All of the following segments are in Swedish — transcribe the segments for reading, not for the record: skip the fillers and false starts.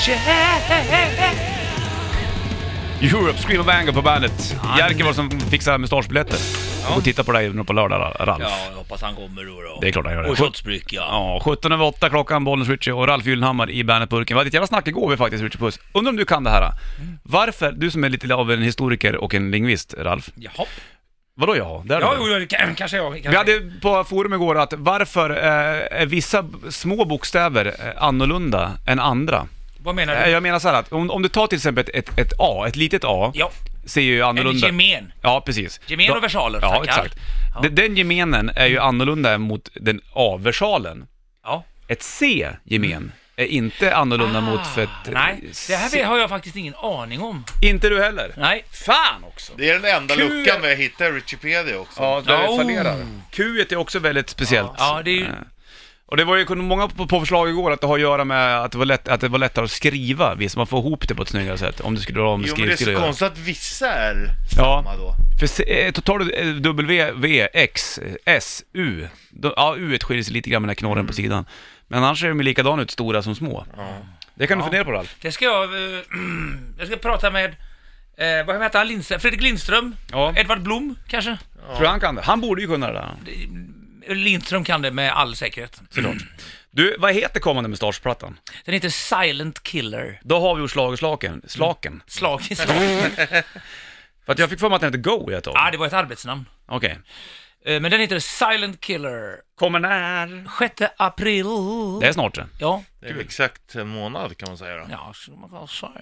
Europe, Scream of Anger på bandet. Jerker var som fixar mustaschbiljetter. Och titta på dig på lördag, Ralf. Ja, jag hoppas han kommer då. Det är klart han gör det. Och shotsbryck, ja. 17:08 klockan, Bollnäs Richie och Ralf Gyllenhammar i Bandet-burken. Vad ditt jävla snack igår vi faktiskt, Richie Puss. Undrar om du kan det här. Varför, du som är lite av en historiker och en lingvist, Ralf. Jaha. Vadå ja? Kanske jag. Vi hade på forum igår att varför är vissa små bokstäver annorlunda än andra? Vad menar du? Jag menar så här att om du tar till exempel ett A, ett litet A, Ja. ser ju annorlunda. En gemen. Ja, precis. Gemen och versaler. Ja, tackar. exakt. Ja. Den gemenen är ju annorlunda mot den A-versalen. Ja. Ett C-gemen är inte annorlunda mot för ett... Nej, det här har jag faktiskt ingen aning om. Inte du heller? Nej. Fan också! Det är den enda luckan vi hittar i Wikipedia också. Ja, det Oh. fallerar. Q är också väldigt speciellt. Ja, det är ju... Och det var ju många på förslag igår att det har att göra med att det var lättare att skriva, visst man får ihop det på ett snyggare sätt om du skulle dra om Jo, men det är så konstigt att vissa är samma då. För tar du W, V, X, S, U, ja, U skiljer sig lite grann med den här knorren på sidan. Men annars är de likadana ut, stora som små. Det kan du fundera på, Ralf. Det ska jag ska prata med vad heter han? Fredrik Lindström? Ja. Edvard Blom, kanske? Tror han kan det? Han borde ju kunna det där. Lindström kan det med all säkerhet. Såklart. Du, vad heter kommande mustaschplattan? Den heter Silent Killer. Då har vi gjort slaken. Slag. För att jag fick för mig att den heter Go i ett tag. Ja, det var ett arbetsnamn. Okej. Men den heter Silent Killer. Kommer när? 6 april. Det är snart det. Ja. Det är exakt en månad kan man säga då. Ja, så man kan säga.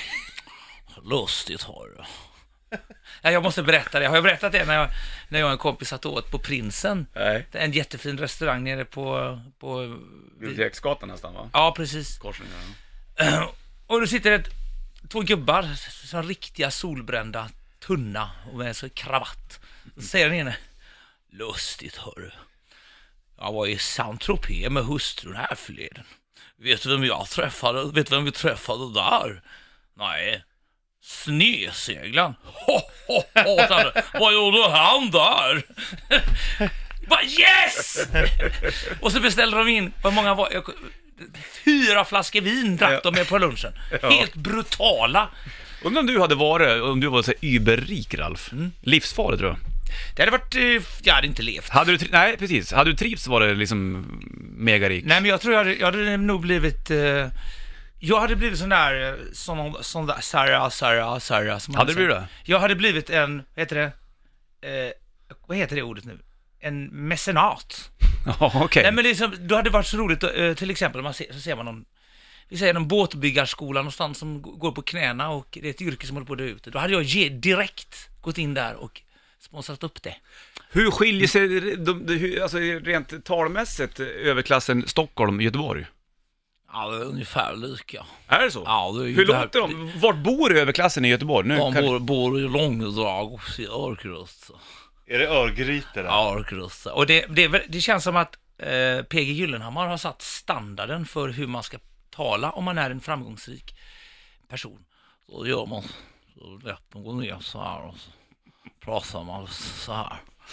Lustigt har du. Ja, jag måste berätta det. Har jag berättat det när jag och en kompis satt åt på Prinsen? Nej. En jättefin restaurang nere på Biblioteksgatan nästan, va? Ja, precis. Korsningen. Och då sitter två gubbar som riktiga solbrända, tunna och med så kravatt. Så säger den ene: lustigt hörru. Jag var i Saint-Tropez med hustrun här förleden. Vet du vem vi träffade där? Nej. Snöseglan. Vad gjorde han där? Bara yes! Och så beställde de in, vad många var 4 flaskor vin drack de med på lunchen. Helt brutala. Undrar om du var så überrik, Ralf. Livsfarligt, tror jag. Det hade varit, jag hade inte levt. Nej, precis. Hade du trivts var det liksom megarik. Nej, men jag tror jag hade nog blivit jag hade blivit sån där Sarah. Hade du blivit det? Jag hade blivit en, vad heter det ordet nu? En mecenat. Ja, okej. Nej, men liksom, då hade det varit så roligt, till exempel man så ser man någon båtbyggarskola någonstans som går på knäna och det är ett yrke som håller på att dö ut. Då hade jag direkt gått in där och sponsrat upp det. Hur skiljer sig alltså rent talmässigt överklassen Stockholm-Göteborg? Ja, det är ungefär lika. Är det så? Ja, det är ju hur låter de? Vart bor överklassen i Göteborg? Nu de bor i Långdrag och i Örgryte. Är det Örgryte där? Ja, Örgryte. Och det känns som att PG Gyllenhammar har satt standarden för hur man ska tala om man är en framgångsrik person. Så gör man så lätt att gå ner så här och så pratar man så här.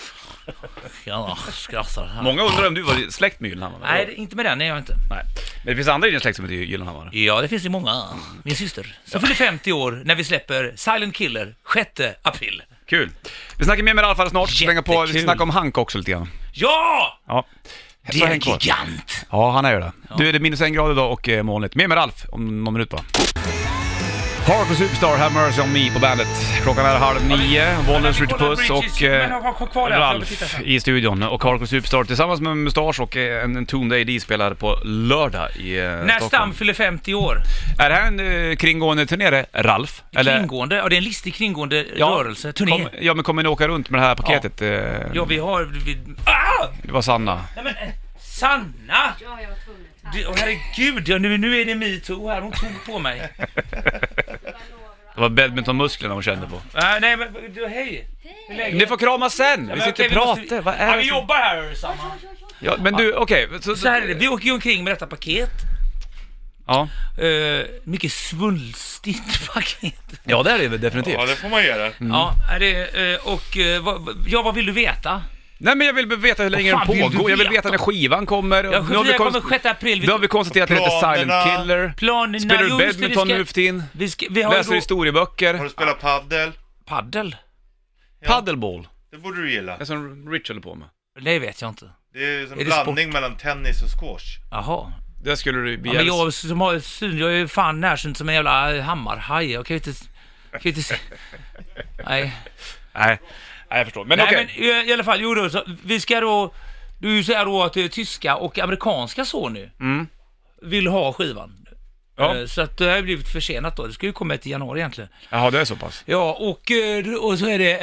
Gärna skrattar här. Många undrar om du var släkt med Gyllenhammar. Nej, inte med den är jag inte. Nej. Men det finns andra i din släkt som heter Gyllenhammar. Ja, det finns ju många. Min syster som fyller 50 år när vi släpper Silent Killer 6 april. Kul. Vi snackar mer med Ralf snart. Slänga på, vi snackar om Hank också lite grann. Ja! Ja. Det är en gigant. Ja, han är ju det. Ja. Du, är det -1 grad idag och molnigt. Mer med Ralf om någon minut bara. Hardcore Superstar, Have Mercy on Me på bandet. Klockan är 8:30. Bollnäs, Richie Puss och Ralf i studion. Och Hardcore Superstar tillsammans med Mustasch och en Toon AD spelar på lördag i När Stockholm. Stam fyller 50 år. Är det här en kringående turné, Ralf? Kringgående? Ja, det är en listig kringgående rörelse. Turné. Men kommer ni åka runt med det här paketet? Ja, vi har... Det var Sanna. Nej, men Sanna! Ja, jag var tvungen. Herregud, nu är det MeToo här. Hon tog på mig. Det var badmintonmusklerna hon kände på. Nej, men du, hej. Hur länge? Ni får krama sen, vi sitter och pratar. Vad är vi det? jobbar här, Sanna. Ja, men du, okej. Så här är det, vi åker ju omkring med detta paket. Ja. Mycket svulstigt paket. Ja, det är det definitivt. Ja, det får man göra. Ja, är det, vad vill du veta? Nej, men jag vill veta hur länge den pågår. Jag vill veta när skivan kommer. Ja, skivan kommer 6 april. Då har vi konstaterat att det heter Silent Killer. Planerna. Spelar du badminton nu för tiden? Läser historieböcker. Har du spelat paddel? Paddel? Ja. Paddleball. Det borde du gilla. Det är som Rich håller på med. Det vet jag inte. Det är en blandning mellan tennis och squash. Jaha. Det skulle du bli. Men jag som har syn, jag är ju fan närsynt som en jävla hammarhaj. Jag kan ju inte se. Nej, jag förstår. Men okej. Men i alla fall, jo då, så vi ska då, du säger då att tyska och amerikanska Sony vill ha skivan. Ja. Så att det har blivit försenat då. Det ska ju komma till januari egentligen. Jaha, det är så pass. Ja, och så är det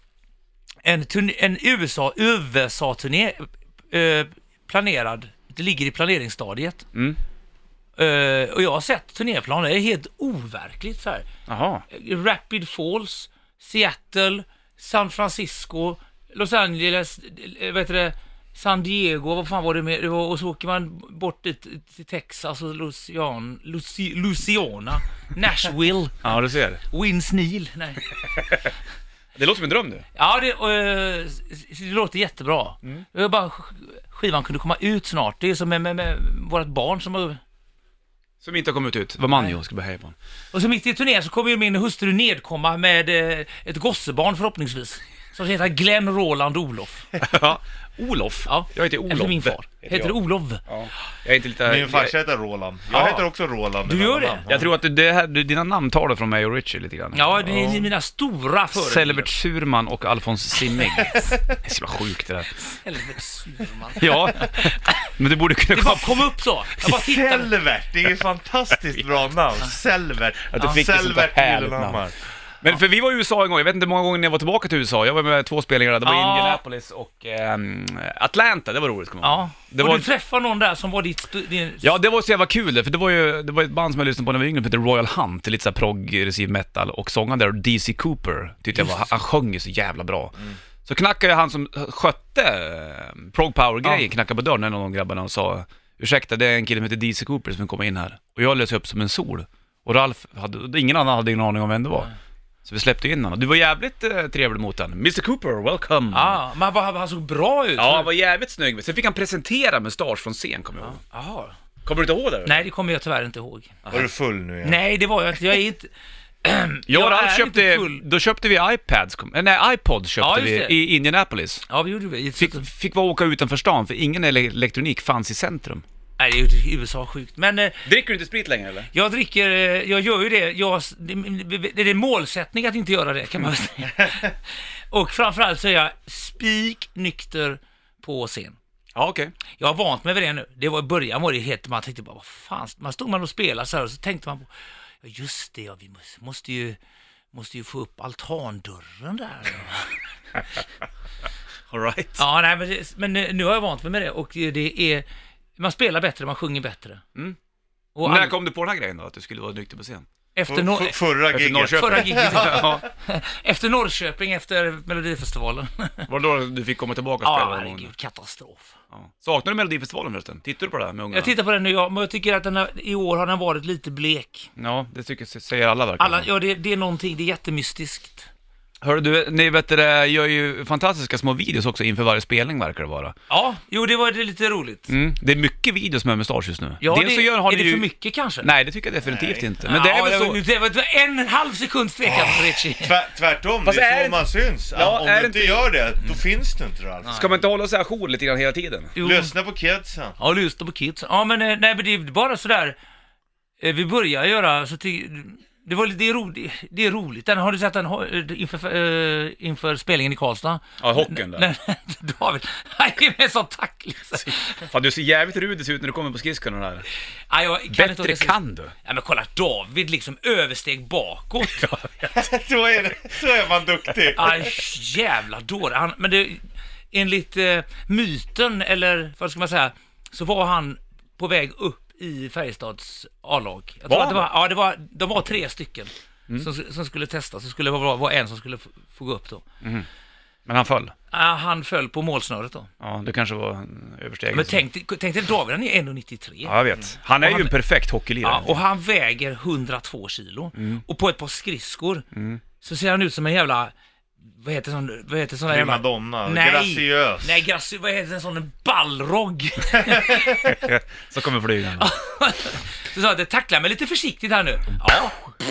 en USA-turné planerad. Det ligger i planeringsstadiet. Och jag har sett turnéplaner, det är helt overkligt så här. Jaha. Rapid Falls, Seattle, San Francisco, Los Angeles, San Diego, vad fan var det med? Och så åker man bort dit till Texas och Louisiana, Nashville. Ja, du ser. Vince Neil, nej. Det låter som en dröm du. Ja, det låter jättebra. Jag bara skivan kunde komma ut snart. Det är som med vårt barn som inte har kommit ut. Vad man ska behöva på. Och så mitt i turnén så kommer ju min hustru nedkomma med ett gossebarn förhoppningsvis. Som heter Glenn Roland Olof. Ja, Olof? Ja. Jag heter Olof. Efter min far. Heter Olof? Ja. Jag är inte lite... Min farsa heter Roland. Jag heter också Roland. Du gör det? Namn. Jag tror att dina namn tar det från mig och Richie lite grann. Ja, det är mina stora förebilder. Selvert Surman och Alfons Simmig. Det är så sjukt det där. Selvert Surman. Ja, men det borde kunna Det bara kom upp så. Jag bara tittade. Selvert, det är ju fantastiskt bra namn. Selvert. Att du fick Selvert ett härligt namn. Men för vi var i USA en gång, jag vet inte hur många gånger jag var tillbaka till USA. Jag var med 2 spelningar där, det var Indianapolis och Atlanta, det var roligt. Ja, det och var... du träffade någon där som var din... Ja, det var så jävla kul, för det var ett band som jag lyssnade på när jag var yngre, som heter Royal Hunt, lite såhär progressiv metal, och sångaren där, DC Cooper, tyckte jag var, han sjöng ju så jävla bra. Så knackade jag han som skötte prog power-grejen, knackade på dörren när någon grabbarna och sa: ursäkta, det är en kille som heter DC Cooper som kommer in här. Och jag löste upp som en sol. Och Ralf ingen annan hade ingen aning om vem det var. Så vi släppte in honom. Du var jävligt trevlig mot han. Mr. Cooper, welcome. Ja, men han såg bra ut. Ja, han var jävligt snygg. Sen fick han presentera Mustasch från scen, kommer jag ihåg. Jaha. Kommer du inte ihåg det? Nej, det kommer jag tyvärr inte ihåg. Var du full nu igen? Nej, det var jag inte. Jag är inte... Jag och Ralf då köpte vi iPods köpte vi i Indianapolis. Ja, vi gjorde det. Fick bara åka utanför stan, för ingen elektronik fanns i centrum. Nej, det är ju USA sjukt. Men dricker du inte sprit längre eller? Jag gör ju det. Det är målsättning att inte göra det, kan man säga. Och framförallt så är jag spiknykter på scen. Ja, okej. Jag har vant mig vid det nu. Det var i början var det helt, man tänkte bara, vad fan, man stod och spelade så här och så tänkte man på, ja just det, ja, vi måste ju få upp altandörren där. All right. Ja, nej, men nu har jag vant mig med det, och det är, man spelar bättre, man sjunger bättre. Och när kom du på den här grejen då, att du skulle vara nykter på scen? Efter förra giget. Ja. Efter Norrköping, efter Melodifestivalen. Var det då du fick komma tillbaka och spela? Ja, herregud, katastrof. Ja. Saknar du Melodifestivalen förresten? Tittar du på det här med ungarna? Jag tittar på den nu, men jag tycker att i år har den varit lite blek. Ja, det säger alla verkligen. Ja, det är någonting, det är jättemystiskt. Hör du, ni vet det, gör ju fantastiska små videos också inför varje spelning, verkar det vara. Ja, jo, det var lite roligt. Det är mycket videos med Mustasch just nu. Ja, är det för mycket kanske? Nej, det tycker jag definitivt inte. Men det är väl så... Det var en halv sekund tvekan, Richie. Tvärtom, det är så man syns. Om du inte gör det, då finns det inte det alls. Ska man inte hålla sig ajour lite grann hela tiden? Lyssna på kidsen. Ja, lyssna på kidsen. Ja, men nej, men det är bara sådär. Vi börjar göra så det är roligt. Har du sett den inför spelningen i Karlstad? Ja, hockeyn där. Nej, David. Nej, det är en sån tack liksom. Fan, du ser jävligt rudig ut när du kommer på skridskorna där. Ja, Bättre kan du. Ja, men kolla, David liksom översteg bakåt. Så är man duktig. Ja, jävla dåre. Men det, enligt myten, eller vad ska man säga, så var han på väg upp i Färjestads A-lag. Jag tror att de var 3 stycken som skulle testa. Så skulle det vara en som skulle få gå upp då. Men han föll? Han föll på målsnöret då. Ja, det kanske var en översteg. Men tänk dig, David, han är 1,93. Ja, jag vet. Han är ju en perfekt hockeylirare. Ja, och han väger 102 kilo. Och på ett par skridskor så ser han ut som en jävla vad heter sån där Primadonna, Nej, graciös. vad heter en sån ballrogg? Så kommer flygaren. Så sa det, tackla mig lite försiktigt här nu. Ja.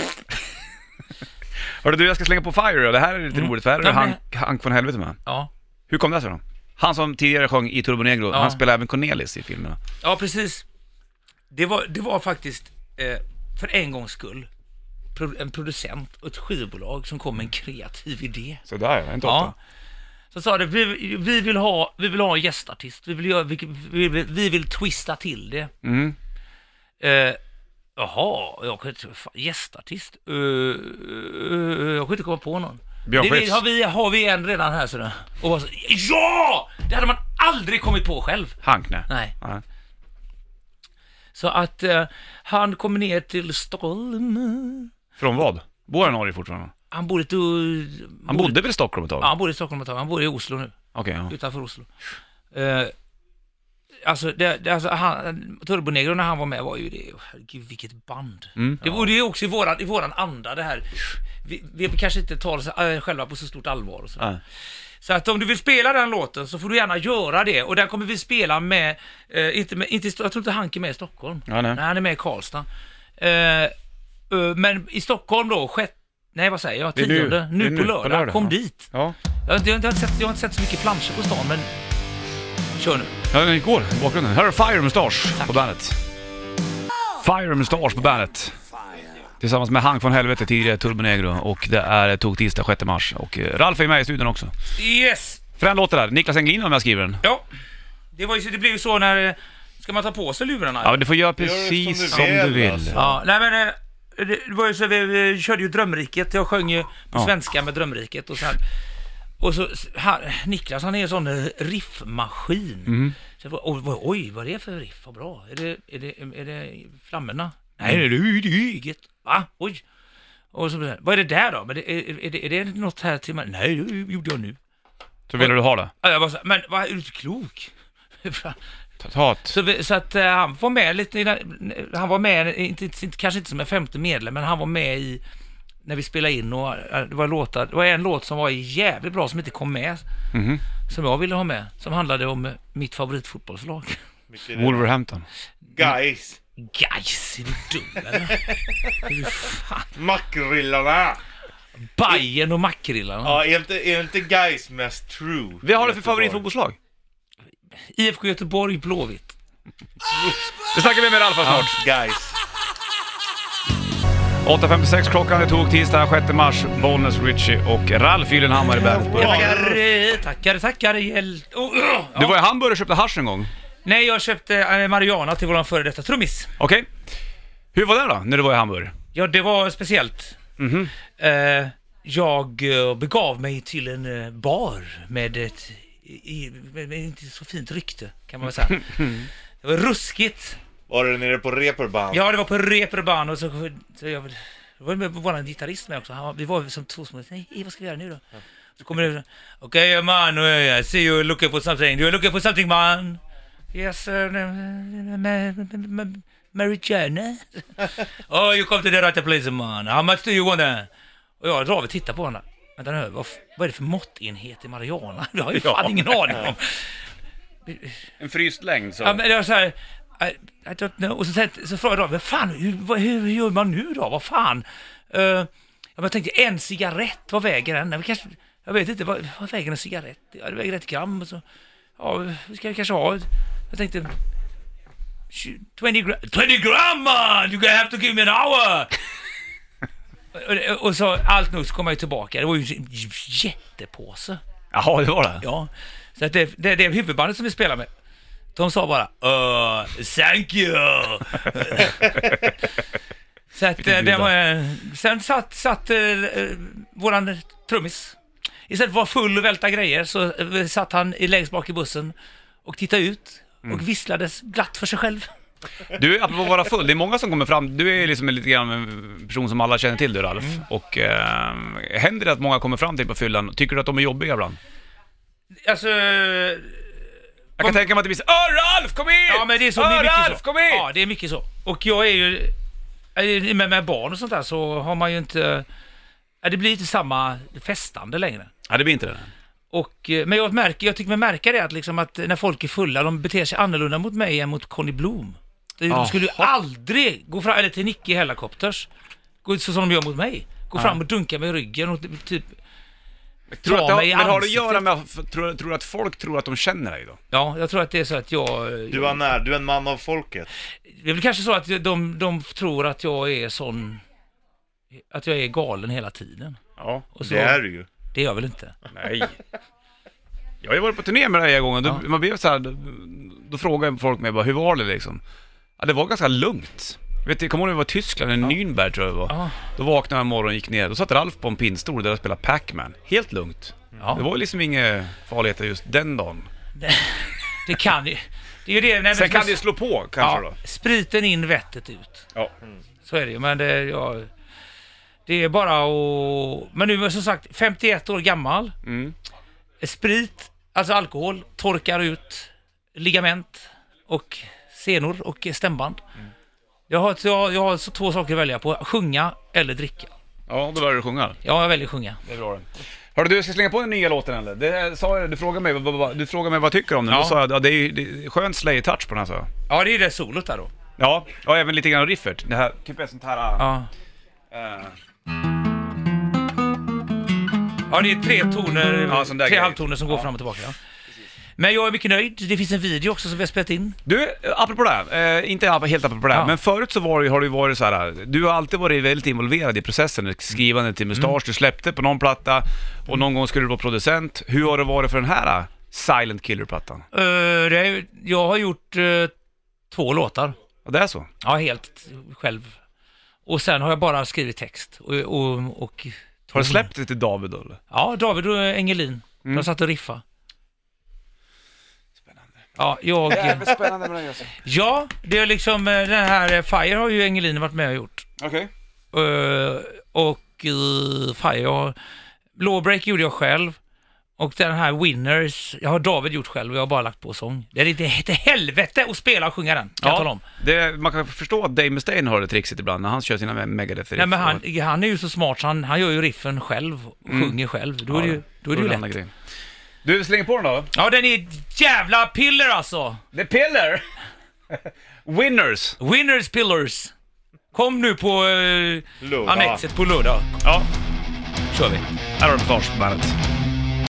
Hörru du, jag ska slänga på Fire då. Det här är lite roligt, för här är det Hank från helvete med. Ja. Hur kom det sig då? Han som tidigare sjöng i Turbo Negro, han spelar även Cornelis i filmerna. Ja, precis. Det var faktiskt, för en gångs skull, en producent och ett skivbolag som kom med en kreativ idé. Så där är inte ofta. Så sa det, vi vill ha en gästartist. Vi vill twista till det. Mm. Jaha, gästartist? Jag kan inte komma på någon. Har vi en redan här sådär. Och så, ja! Det hade man aldrig kommit på själv. Hank, nej. Så att han kom ner till Stockholm. Från vad? Bor han i Norge fortfarande? Han bodde väl i Stockholm ett tag? Ja, han bodde i Stockholm ett tag. Han bor i Oslo nu. Okej, ja. Utanför Oslo. Turbo Negro när han var med var ju det, herregud vilket band. Det var ju också i våran anda det här. Vi kanske inte tar oss själva på så stort allvar och så. Så att om du vill spela den låten så får du gärna göra det, och den kommer vi spela med jag tror inte Hank är med i Stockholm. Nej, han är med i Karlstad. Men i Stockholm då, 10:e, nu på lördag, kom dit. Ja. Jag har inte sett så mycket planscher på stan, men kör nu. Ja, den går i bakgrunden. Här är Fire Mustache på bandet. Fire Mustache på bandet. Tillsammans med Hank från helvete, tidigare Turbo Negro. Och det tog tisdag 6 mars. Och Ralf är med i studion också. Yes! För den låter där. Niklas Engin om jag skriver den. Ja, det blir ju så när... Ska man ta på sig lurarna? Ja, du får göra precis som du vill. Alltså. Ja, nej men... Det var ju så, vi körde ju Drömriket. Jag sjöng ju på svenska med Drömriket. Och så Niklas, han är en sån riffmaskin. Så oj, vad är det för riff? Vad bra. Är det flammorna? Nej, det är eget. Va? Oj. Och så vad är det där då? Men är det något här till mig? Nej, det gjorde jag nu. Så vill du ha det? Ja, jag bara så, men vad är du klok? Så att han var med lite, han var med, kanske inte som en 5:e medlem, men han var med i när vi spelade in, och det var en låt som var jävligt bra som inte kom med, som jag ville ha med, som handlade om mitt favoritfotbollslag. Wolverhampton. Guys, är du dum eller? Makrillarna. Bajen och makrillarna. Ja, är inte Guys mest true? Vad har du för favoritfotbollslag? IFK Göteborg, Blåvitt. Det snackar vi med Ralf snart. Guys. 8.56 klockan, det tog tisdag 6 mars. Bollnäs, Richie och Ralf Gyllenhammar i bandet. Tackar. Du var i Hamburg och köpte hasch en gång. Nej, jag köpte marijuana till våran före detta trummis. Okej. Hur var det då, när du var i Hamburg? Ja, det var speciellt. Jag begav mig till en bar med ett inte så fint rykte, kan man väl säga. Det var ruskigt. Var det nere på Reeperbahn? Ja, det var på Reeperbahn, och så jag var med våran gitarrist med också. Vi var som två små. Nej, vad ska vi göra nu då? Så kommer det, okej, man, I see you looking for something. You're looking for something, man. Yes, marijuana. Oh, you come to the right place, man. How much do you want that? Och jag drar och tittar på honom. Vänta nu, vad är det för måttenhet i marijuana? Jag har ju fan ingen aning om. En fryst längd så. Ja, men det var så här, I don't know. Och så frågade jag, vad fan, hur gör man nu då? Vad fan? Jag tänkte, en cigarett, vad väger den? Jag vet inte, vad väger en cigarett? Ja, det väger 1 gram. Och så, ja, vi ska kanske ha. Jag tänkte, 20 gram, man! You have to give me an hour! Och så allt nu så kom jag tillbaka. Det var ju en jättepåse. Jaha, det var det? Ja. Så att det huvudbandet som vi spelar med, de sa bara thank you. Så att det var, sen satt våran trummis, istället för att vara full och välta grejer, så satt han längst bak i bussen och tittade ut och visslades glatt för sig själv. Du, apropå att vara full, det är många som kommer fram. Du är liksom lite grann en person som alla känner till, du, Ralf. Och händer det att många kommer fram till på fyllan? Tycker du att de är jobbiga ibland? Alltså, jag kan tänka mig att det blir så, Ralf, kom hit! Ja, men det är så, det är mycket Ralf, så. kom hit! Ja, det är mycket så. Och jag är ju med barn och sånt där, så har man ju inte, det blir inte samma festande längre. Ja, det blir inte det. Men jag tycker mig märka det att, liksom, att när folk är fulla, de beter sig annorlunda mot mig än mot Conny Blom. De skulle ju aldrig gå fram, eller till Nicky Helicopters, gå så som de gör mot mig. Gå fram och dunka mig i ryggen och typ ta mig i ansiktet. Men har det att göra med, tror du att folk tror att de känner dig då? Ja, jag tror att det är så att du är en man av folket. Det är väl kanske så att de tror att jag är sån, att jag är galen hela tiden. Ja, och så, det är du ju. Det är jag väl inte. Nej. Jag har ju varit på turné med dig en gång. Man blev så här, då frågade folk mig bara, hur var det liksom? Ja, det var ganska lugnt. Vet du, kommer ihåg när vi var i Tyskland, i Nürnberg tror jag det var. Då vaknade jag en morgon och gick ner. Då satt Ralf på en pinnstol där jag spelade Pac-Man. Helt lugnt. Det var ju liksom inga farligheter just den dagen. Det kan ju. Det är ju det. Nej, sen kan det ju slå på kanske då. Spriten in, vettet ut. Ja. Så är det ju. Men det är bara att... Men nu är som sagt 51 år gammal. Sprit, alltså alkohol, torkar ut ligament och senor och stämband. Jag har så 2 saker att välja på. Sjunga eller dricka. Ja, då väljer du sjunga. Ja, jag väljer sjunga. Det är bra det. Hörru, du ska slänga på den nya låten eller? Du frågade mig vad tycker du om den. Då sa jag att det är skön Slayer-touch på den här, så. Ja, det är det solot där då. Ja, och även lite grann riffet. Det här, typ ett sånt här... Ja, det är 3 toner, 3 halvtoner som går fram och tillbaka. Ja. Men jag är mycket nöjd. Det finns en video också som vi har spelat in. Du, apropå det, inte helt apropå det, men förut så har du varit så här. Du har alltid varit väldigt involverad i processen, skrivande till Mustache. Du släppte på någon platta och någon gång skulle du vara producent. Hur har det varit för den här Silent Killer-plattan? Jag har gjort 2 låtar. Ja, det är så? Ja, helt själv. Och sen har jag bara skrivit text. Och har du släppt det till David då? Eller? Ja, David och Engelin. De satt och riffa. Ja, jävligt spännande med det alltså. Ja, det är liksom den här Fire har ju Engelin varit med och gjort. Okej. Fire Lawbreak gjorde jag själv. Och den här Winners, jag har David gjort själv och jag har bara lagt på sång. Det är inte helvete att spela och sjunga den, kan jag tala om. Man kan förstå att Dave Mustaine har det trixet ibland när han kör sina Megadeth-riff. Nej, men han är ju så smart så han gör ju riffen själv och sjunger själv. Då är det ju lätt. Grej. Du, slänger på den då? Ja, den är jävla piller alltså. Det är piller? Winners Pillars. Kom nu på Annexet på lördag. Ja. Kör vi. Här har du Fars på bandet.